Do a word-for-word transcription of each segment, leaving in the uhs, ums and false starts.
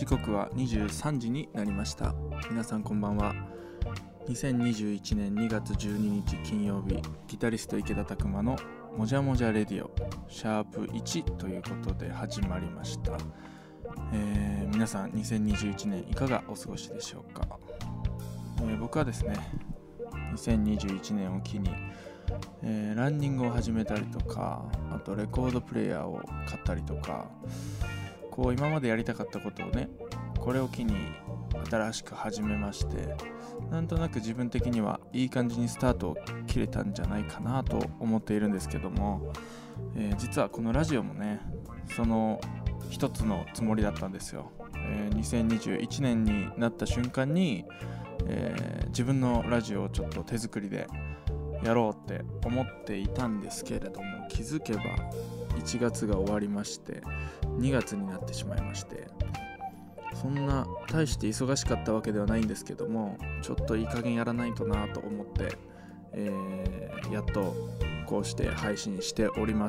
時刻はにじゅうさんじになりました。皆さんこんばんは。にせんにじゅういちねんにがつじゅうににち金曜日、ギタリスト池田拓磨のもじゃもじゃレディオシャープいちということで始まりました。えー、皆さんにせんにじゅういちねんいかがお過ごしでしょうか。えー、僕はですねにせんにじゅういちねんを機に、えー、ランニングを始めたりとか、あとレコードプレイヤーを買ったりとか、こう今までやりたかったことをね、これを機に新しく始めまして、なんとなく自分的にはいい感じにスタートを切れたんじゃないかなと思っているんですけども、えー、実はこのラジオもね、その一つのつもりだったんですよ。えー、にせんにじゅういちねんになった瞬間に、えー、自分のラジオをちょっと手作りでやろうって思っていたんですけれども、気づけばいちがつが終わりましてにがつになってしまいまして、そんな大して忙しかったわけではないんですけども、ちょっといい加減やらないとなと思って、えー、やっとこうして配信しております。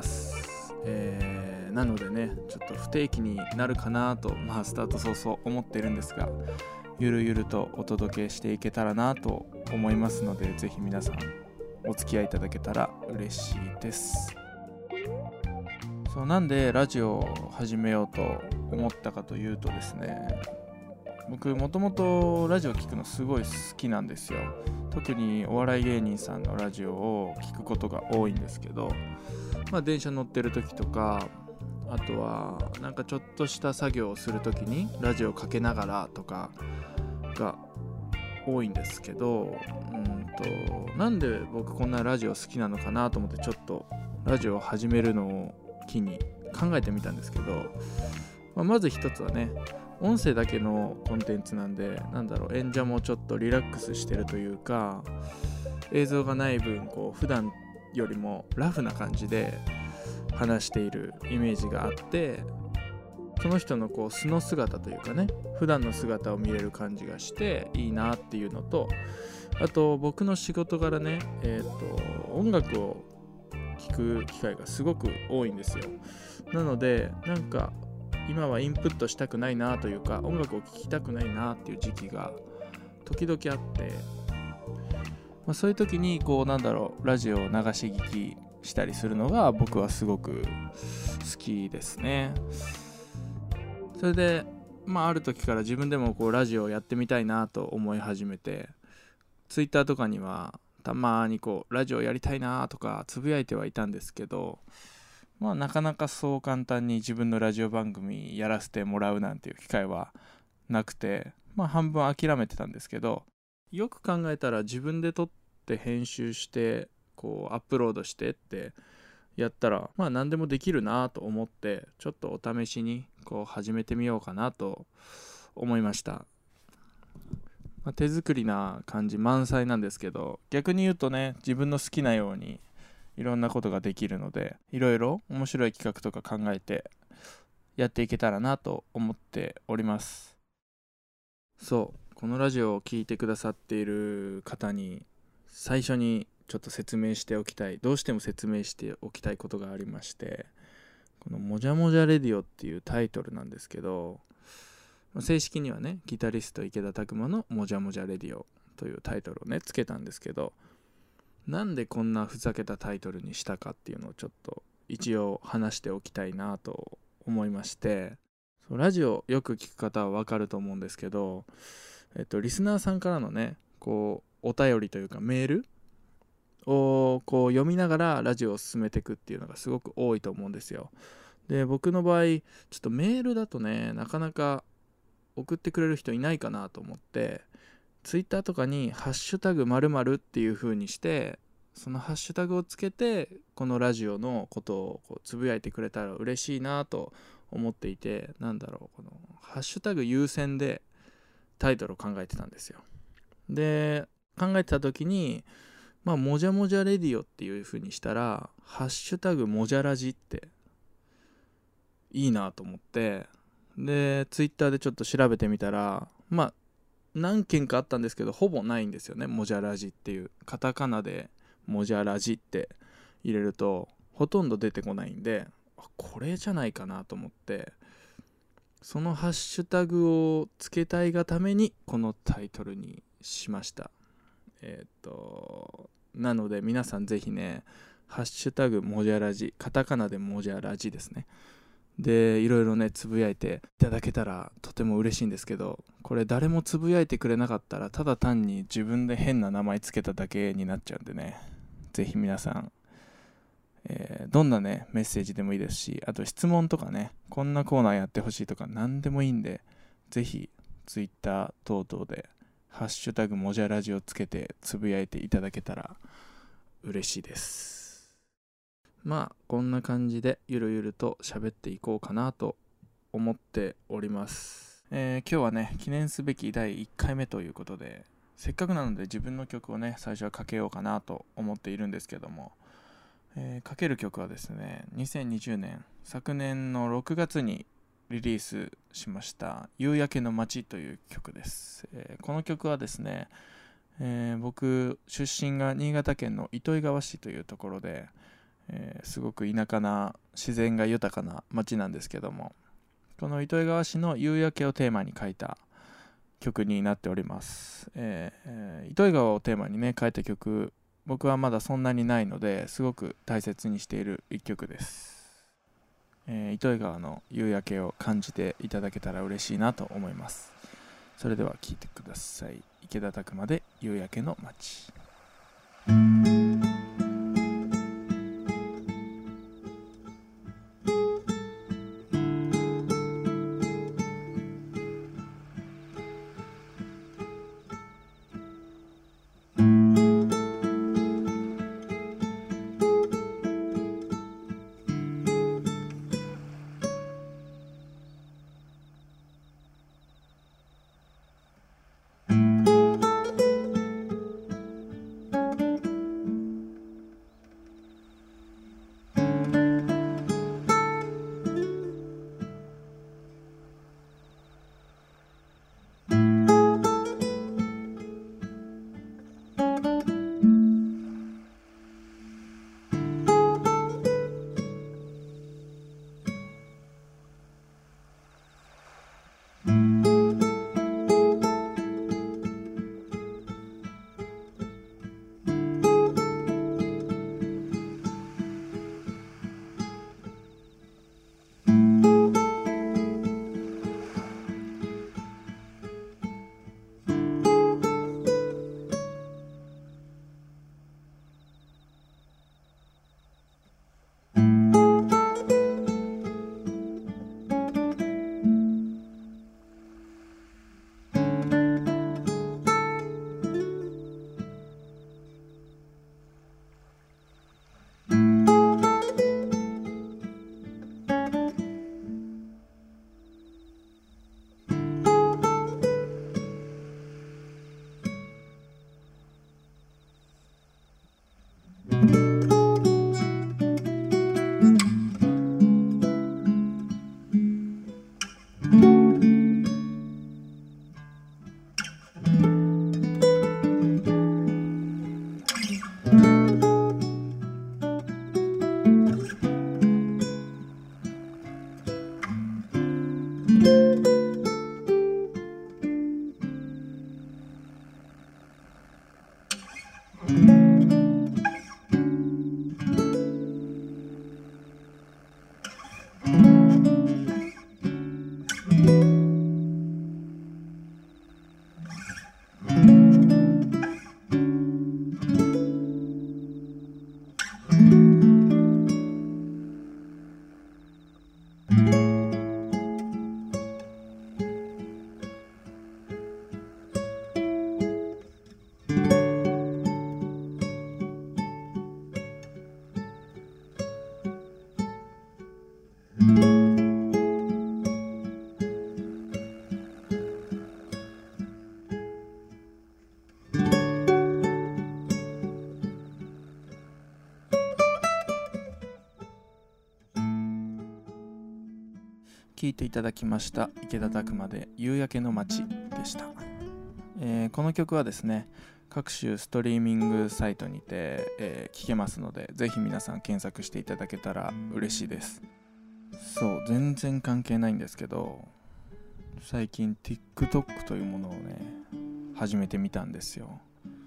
えー、なのでね、ちょっと不定期になるかなと、まあスタート早々思っているんですが、ゆるゆるとお届けしていけたらなと思いますので、ぜひ皆さんお付き合いいただけたら嬉しいです。そうなんでラジオを始めようと思ったかというとですね、僕もともとラジオ聞くのすごい好きなんですよ。特にお笑い芸人さんのラジオを聞くことが多いんですけど、まあ電車乗ってる時とか、あとはなんかちょっとした作業をする時にラジオかけながらとかが多いんですけど、うんとなんで僕こんなラジオ好きなのかなと思って、ちょっとラジオを始めるのを機に考えてみたんですけど、まあ、まず一つはね、音声だけのコンテンツなんで、なんだろう、演者もちょっとリラックスしてるというか、映像がない分こう普段よりもラフな感じで話しているイメージがあって、その人のこう素の姿というかね、普段の姿を見れる感じがしていいなっていうのと、あと僕の仕事柄ね、えーと音楽を聴く機会がすごく多いんですよ。なのでなんか今はインプットしたくないなというか、音楽を聴きたくないなっていう時期が時々あって、まあ、そういう時にこうなんだろう、ラジオを流し聞きしたりするのが僕はすごく好きですね。それでまあある時から自分でもこうラジオをやってみたいなと思い始めて、ツイッターとかにはたまにこうラジオやりたいなとかつぶやいてはいたんですけど、まあなかなかそう簡単に自分のラジオ番組やらせてもらうなんていう機会はなくて、まあ半分諦めてたんですけど、よく考えたら自分で撮って編集してこうアップロードしてってやったら、まあ何でもできるなと思って、ちょっとお試しにこう始めてみようかなと思いました。まあ、手作りな感じ満載なんですけど、逆に言うとね、自分の好きなようにいろんなことができるので、いろいろ面白い企画とか考えてやっていけたらなと思っております。そう、このラジオを聞いてくださっている方に最初にちょっと説明しておきたい、どうしても説明しておきたいことがありまして、このもじゃもじゃレディオっていうタイトルなんですけど、正式にはね、ギタリスト池田拓磨のもじゃもじゃレディオというタイトルをねつけたんですけど、なんでこんなふざけたタイトルにしたかっていうのをちょっと一応話しておきたいなと思いまして、ラジオよく聞く方はわかると思うんですけど、えっとリスナーさんからのね、こうお便りというかメールをこう読みながらラジオを進めていくっていうのがすごく多いと思うんですよ。で、僕の場合ちょっとメールだとね、なかなか送ってくれる人いないかなと思って、ツイッターとかにハッシュタグ〇〇っていう風にして、そのハッシュタグをつけてこのラジオのことをこうつぶやいてくれたら嬉しいなと思っていて、なんだろう、このハッシュタグ優先でタイトルを考えてたんですよ。で、考えてた時に、まあもじゃもじゃレディオっていう風にしたら、ハッシュタグもじゃラジっていいなと思って、でツイッターでちょっと調べてみたら、まあ何件かあったんですけど、ほぼないんですよね。もじゃラジっていうカタカナでもじゃラジって入れるとほとんど出てこないんで、これじゃないかなと思って、 そのハッシュタグをつけたいがためにこのタイトルにしました。えっとなので皆さんぜひね、ハッシュタグもじゃらじ、カタカナでもじゃらじですね、でいろいろねつぶやいていただけたらとても嬉しいんですけど、これ誰もつぶやいてくれなかったらただ単に自分で変な名前つけただけになっちゃうんでね、ぜひ皆さん、えーどんなねメッセージでもいいですし、あと質問とかね、こんなコーナーやってほしいとか何でもいいんで、ぜひツイッター等々でハッシュタグもじゃラジをつけてつぶやいていただけたら嬉しいです。まあこんな感じでゆるゆると喋っていこうかなと思っております。えー今日はね記念すべきだいいっかいめということで、せっかくなので自分の曲をね最初はかけようかなと思っているんですけども、えーかける曲はですね、にせんにじゅうねん昨年のろくがつにリリースしました夕焼けの街という曲です。えーこの曲はですね、えー僕出身が新潟県の糸魚川市というところで、えーすごく田舎な自然が豊かな町なんですけども、この糸魚川市の夕焼けをテーマに書いた曲になっております。えーえー糸魚川をテーマにね書いた曲、僕はまだそんなにないのですごく大切にしている一曲です。えー糸魚川の夕焼けを感じていただけたら嬉しいなと思います。それでは聴いてください。池田拓磨で夕焼けの街。聴いていただきました池田拓磨で夕焼けの街でした。えーこの曲はですね、各種ストリーミングサイトにて、えー聴けますので、ぜひ皆さん検索していただけたら嬉しいです。そう、全然関係ないんですけど、 最近 TikTok というものをね始めてみたんですよ。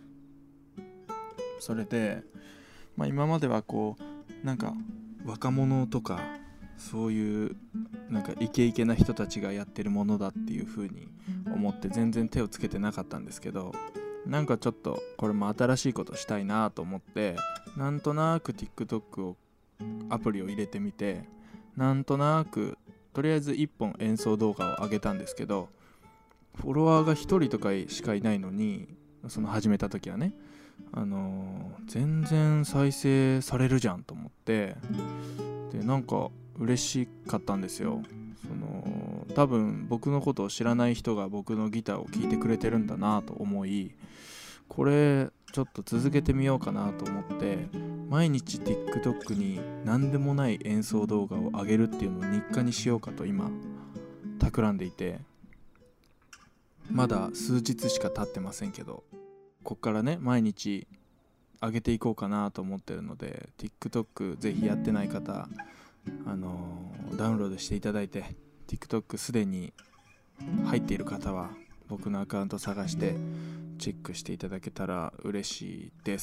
それで、まあ、今まではこうなんか若者とかそういうなんかイケイケな人たちがやってるものだっていう風に思って全然手をつけてなかったんですけど、なんかちょっとこれも新しいことしたいなと思って、なんとなく TikTok をアプリを入れてみて、なんとなくとりあえずいっぽん演奏動画を上げたんですけど、フォロワーがひとりとかしかいないのに、その始めた時はね、あのー、全然再生されるじゃんと思って、でなんか嬉しかったんですよ。その多分僕のことを知らない人が僕のギターを聴いてくれてるんだなと思い、これちょっと続けてみようかなと思って、毎日 TikTok に何でもない演奏動画を上げるっていうのを日課にしようかと今企んでいて、まだ数日しか経ってませんけど、こっからね毎日上げていこうかなと思ってるので、 TikTok ぜひやってない方、あのー、ダウンロードしていただいて、 TikTok すでに入っている方は僕のアカウント探してチェックしていただけたら嬉しいです。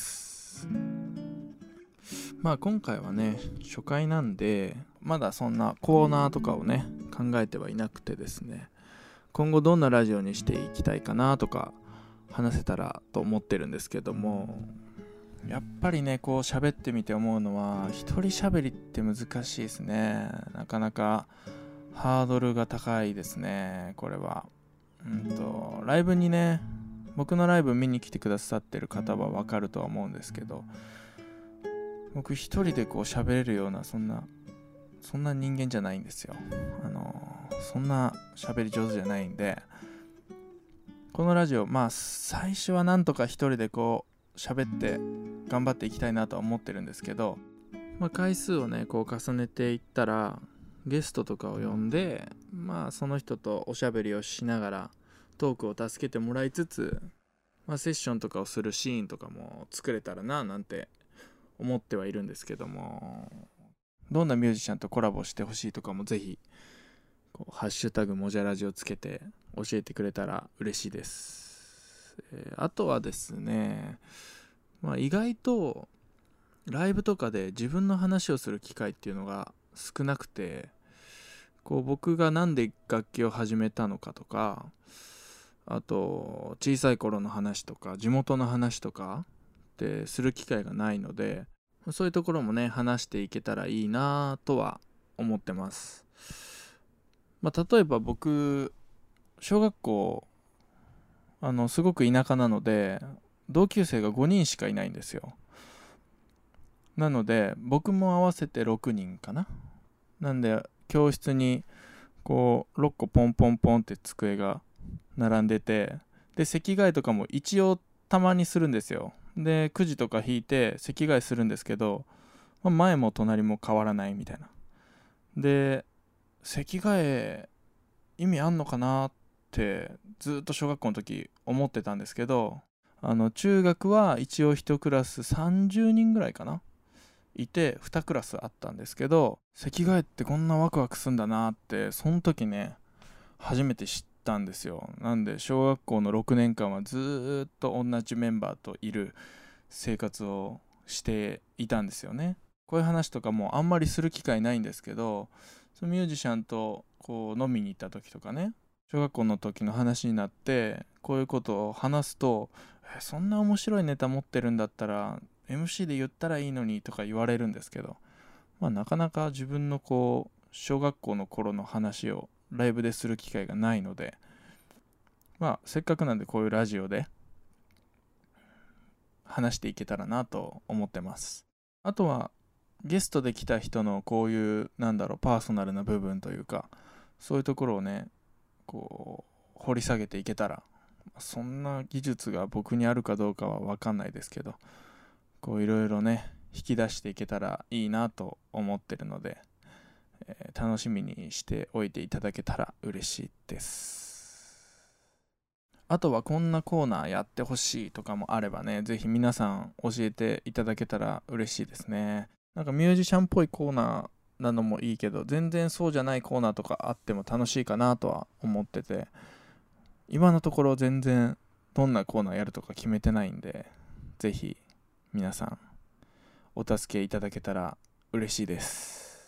まあ今回はね初回なんで、まだそんなコーナーとかをね考えてはいなくてですね、今後どんなラジオにしていきたいかなとか話せたらと思ってるんですけども、やっぱりねこう喋ってみて思うのは、一人喋りって難しいですね。なかなかハードルが高いですね。これはうんとライブにね、僕のライブ見に来てくださってる方は分かるとは思うんですけど、僕一人でこう喋れるようなそんなそんな人間じゃないんですよ。あのそんな喋り上手じゃないんで、このラジオまあ最初はなんとか一人でこう喋って頑張っていきたいなとは思ってるんですけど、まあ、回数をねこう重ねていったらゲストとかを呼んで、まあその人とおしゃべりをしながらトークを助けてもらいつつ、まあ、セッションとかをするシーンとかも作れたらななんて思ってはいるんですけども、どんなミュージシャンとコラボしてほしいとかもぜひこうハッシュタグもじゃラジをつけて教えてくれたら嬉しいです。えー、あとはですね、まあ、意外とライブとかで自分の話をする機会っていうのが少なくて、こう僕がなんで楽器を始めたのかとか、あと小さい頃の話とか地元の話とかってする機会がないので、そういうところもね話していけたらいいなとは思ってます。まあ、例えば僕小学校あのすごく田舎なので同級生がごにんしかいないんですよ。なので僕も合わせてろくにんかな。なんで教室にこうろっこポンポンポンって机が並んでて、で席替えとかも一応たまにするんですよ。でくじとか引いて席替えするんですけど、まあ、前も隣も変わらないみたいな。で席替え意味あんのかなってずっと小学校の時思ってたんですけど、あの中学は一応いちクラスさんじゅうにんぐらいかないてにクラスあったんですけど、席替えってこんなワクワクすんだなってその時ね初めて知ったんですよ。なんで小学校のろくねんかんはずっと同じメンバーといる生活をしていたんですよね。こういう話とかもあんまりする機会ないんですけど、そのミュージシャンとこう飲みに行った時とかね、小学校の時の話になってこういうことを話すと、えそんな面白いネタ持ってるんだったら エムシー で言ったらいいのにとか言われるんですけど、まあなかなか自分のこう小学校の頃の話をライブでする機会がないので、まあせっかくなんでこういうラジオで話していけたらなと思ってます。あとはゲストで来た人のこういうなんだろうパーソナルな部分というか、そういうところをねこう掘り下げていけたら、そんな技術が僕にあるかどうかは分かんないですけど、こういろいろね引き出していけたらいいなと思ってるので、えー、楽しみにしておいていただけたら嬉しいです。あとはこんなコーナーやってほしいとかもあればね、ぜひ皆さん教えていただけたら嬉しいですね。なんかミュージシャンっぽいコーナなのもいいけど、全然そうじゃないコーナーとかあっても楽しいかなとは思ってて、今のところ全然どんなコーナーやるとか決めてないんで、ぜひ皆さんお助けいただけたら嬉しいです。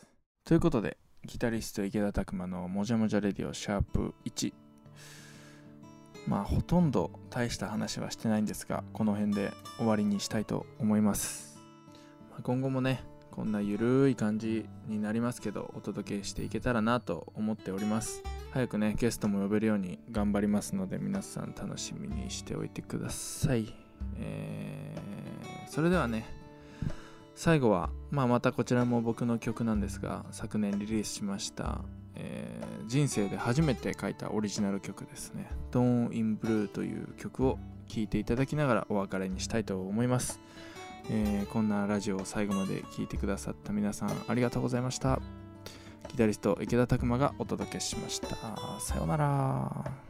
ということで、ギタリスト池田拓磨のもじゃもじゃレディオシャープいち、まあほとんど大した話はしてないんですが、この辺で終わりにしたいと思います。まあ、今後もねこんなゆるい感じになりますけど、お届けしていけたらなと思っております。早くねゲストも呼べるように頑張りますので、皆さん楽しみにしておいてください。えー、それではね、最後は、まあ、またこちらも僕の曲なんですが、昨年リリースしました、えー、人生で初めて書いたオリジナル曲ですね、 Dawn in Blue という曲を聴いていただきながらお別れにしたいと思います。えー、こんなラジオを最後まで聴いてくださった皆さんありがとうございました。ギタリスト池田拓磨がお届けしました。さようなら。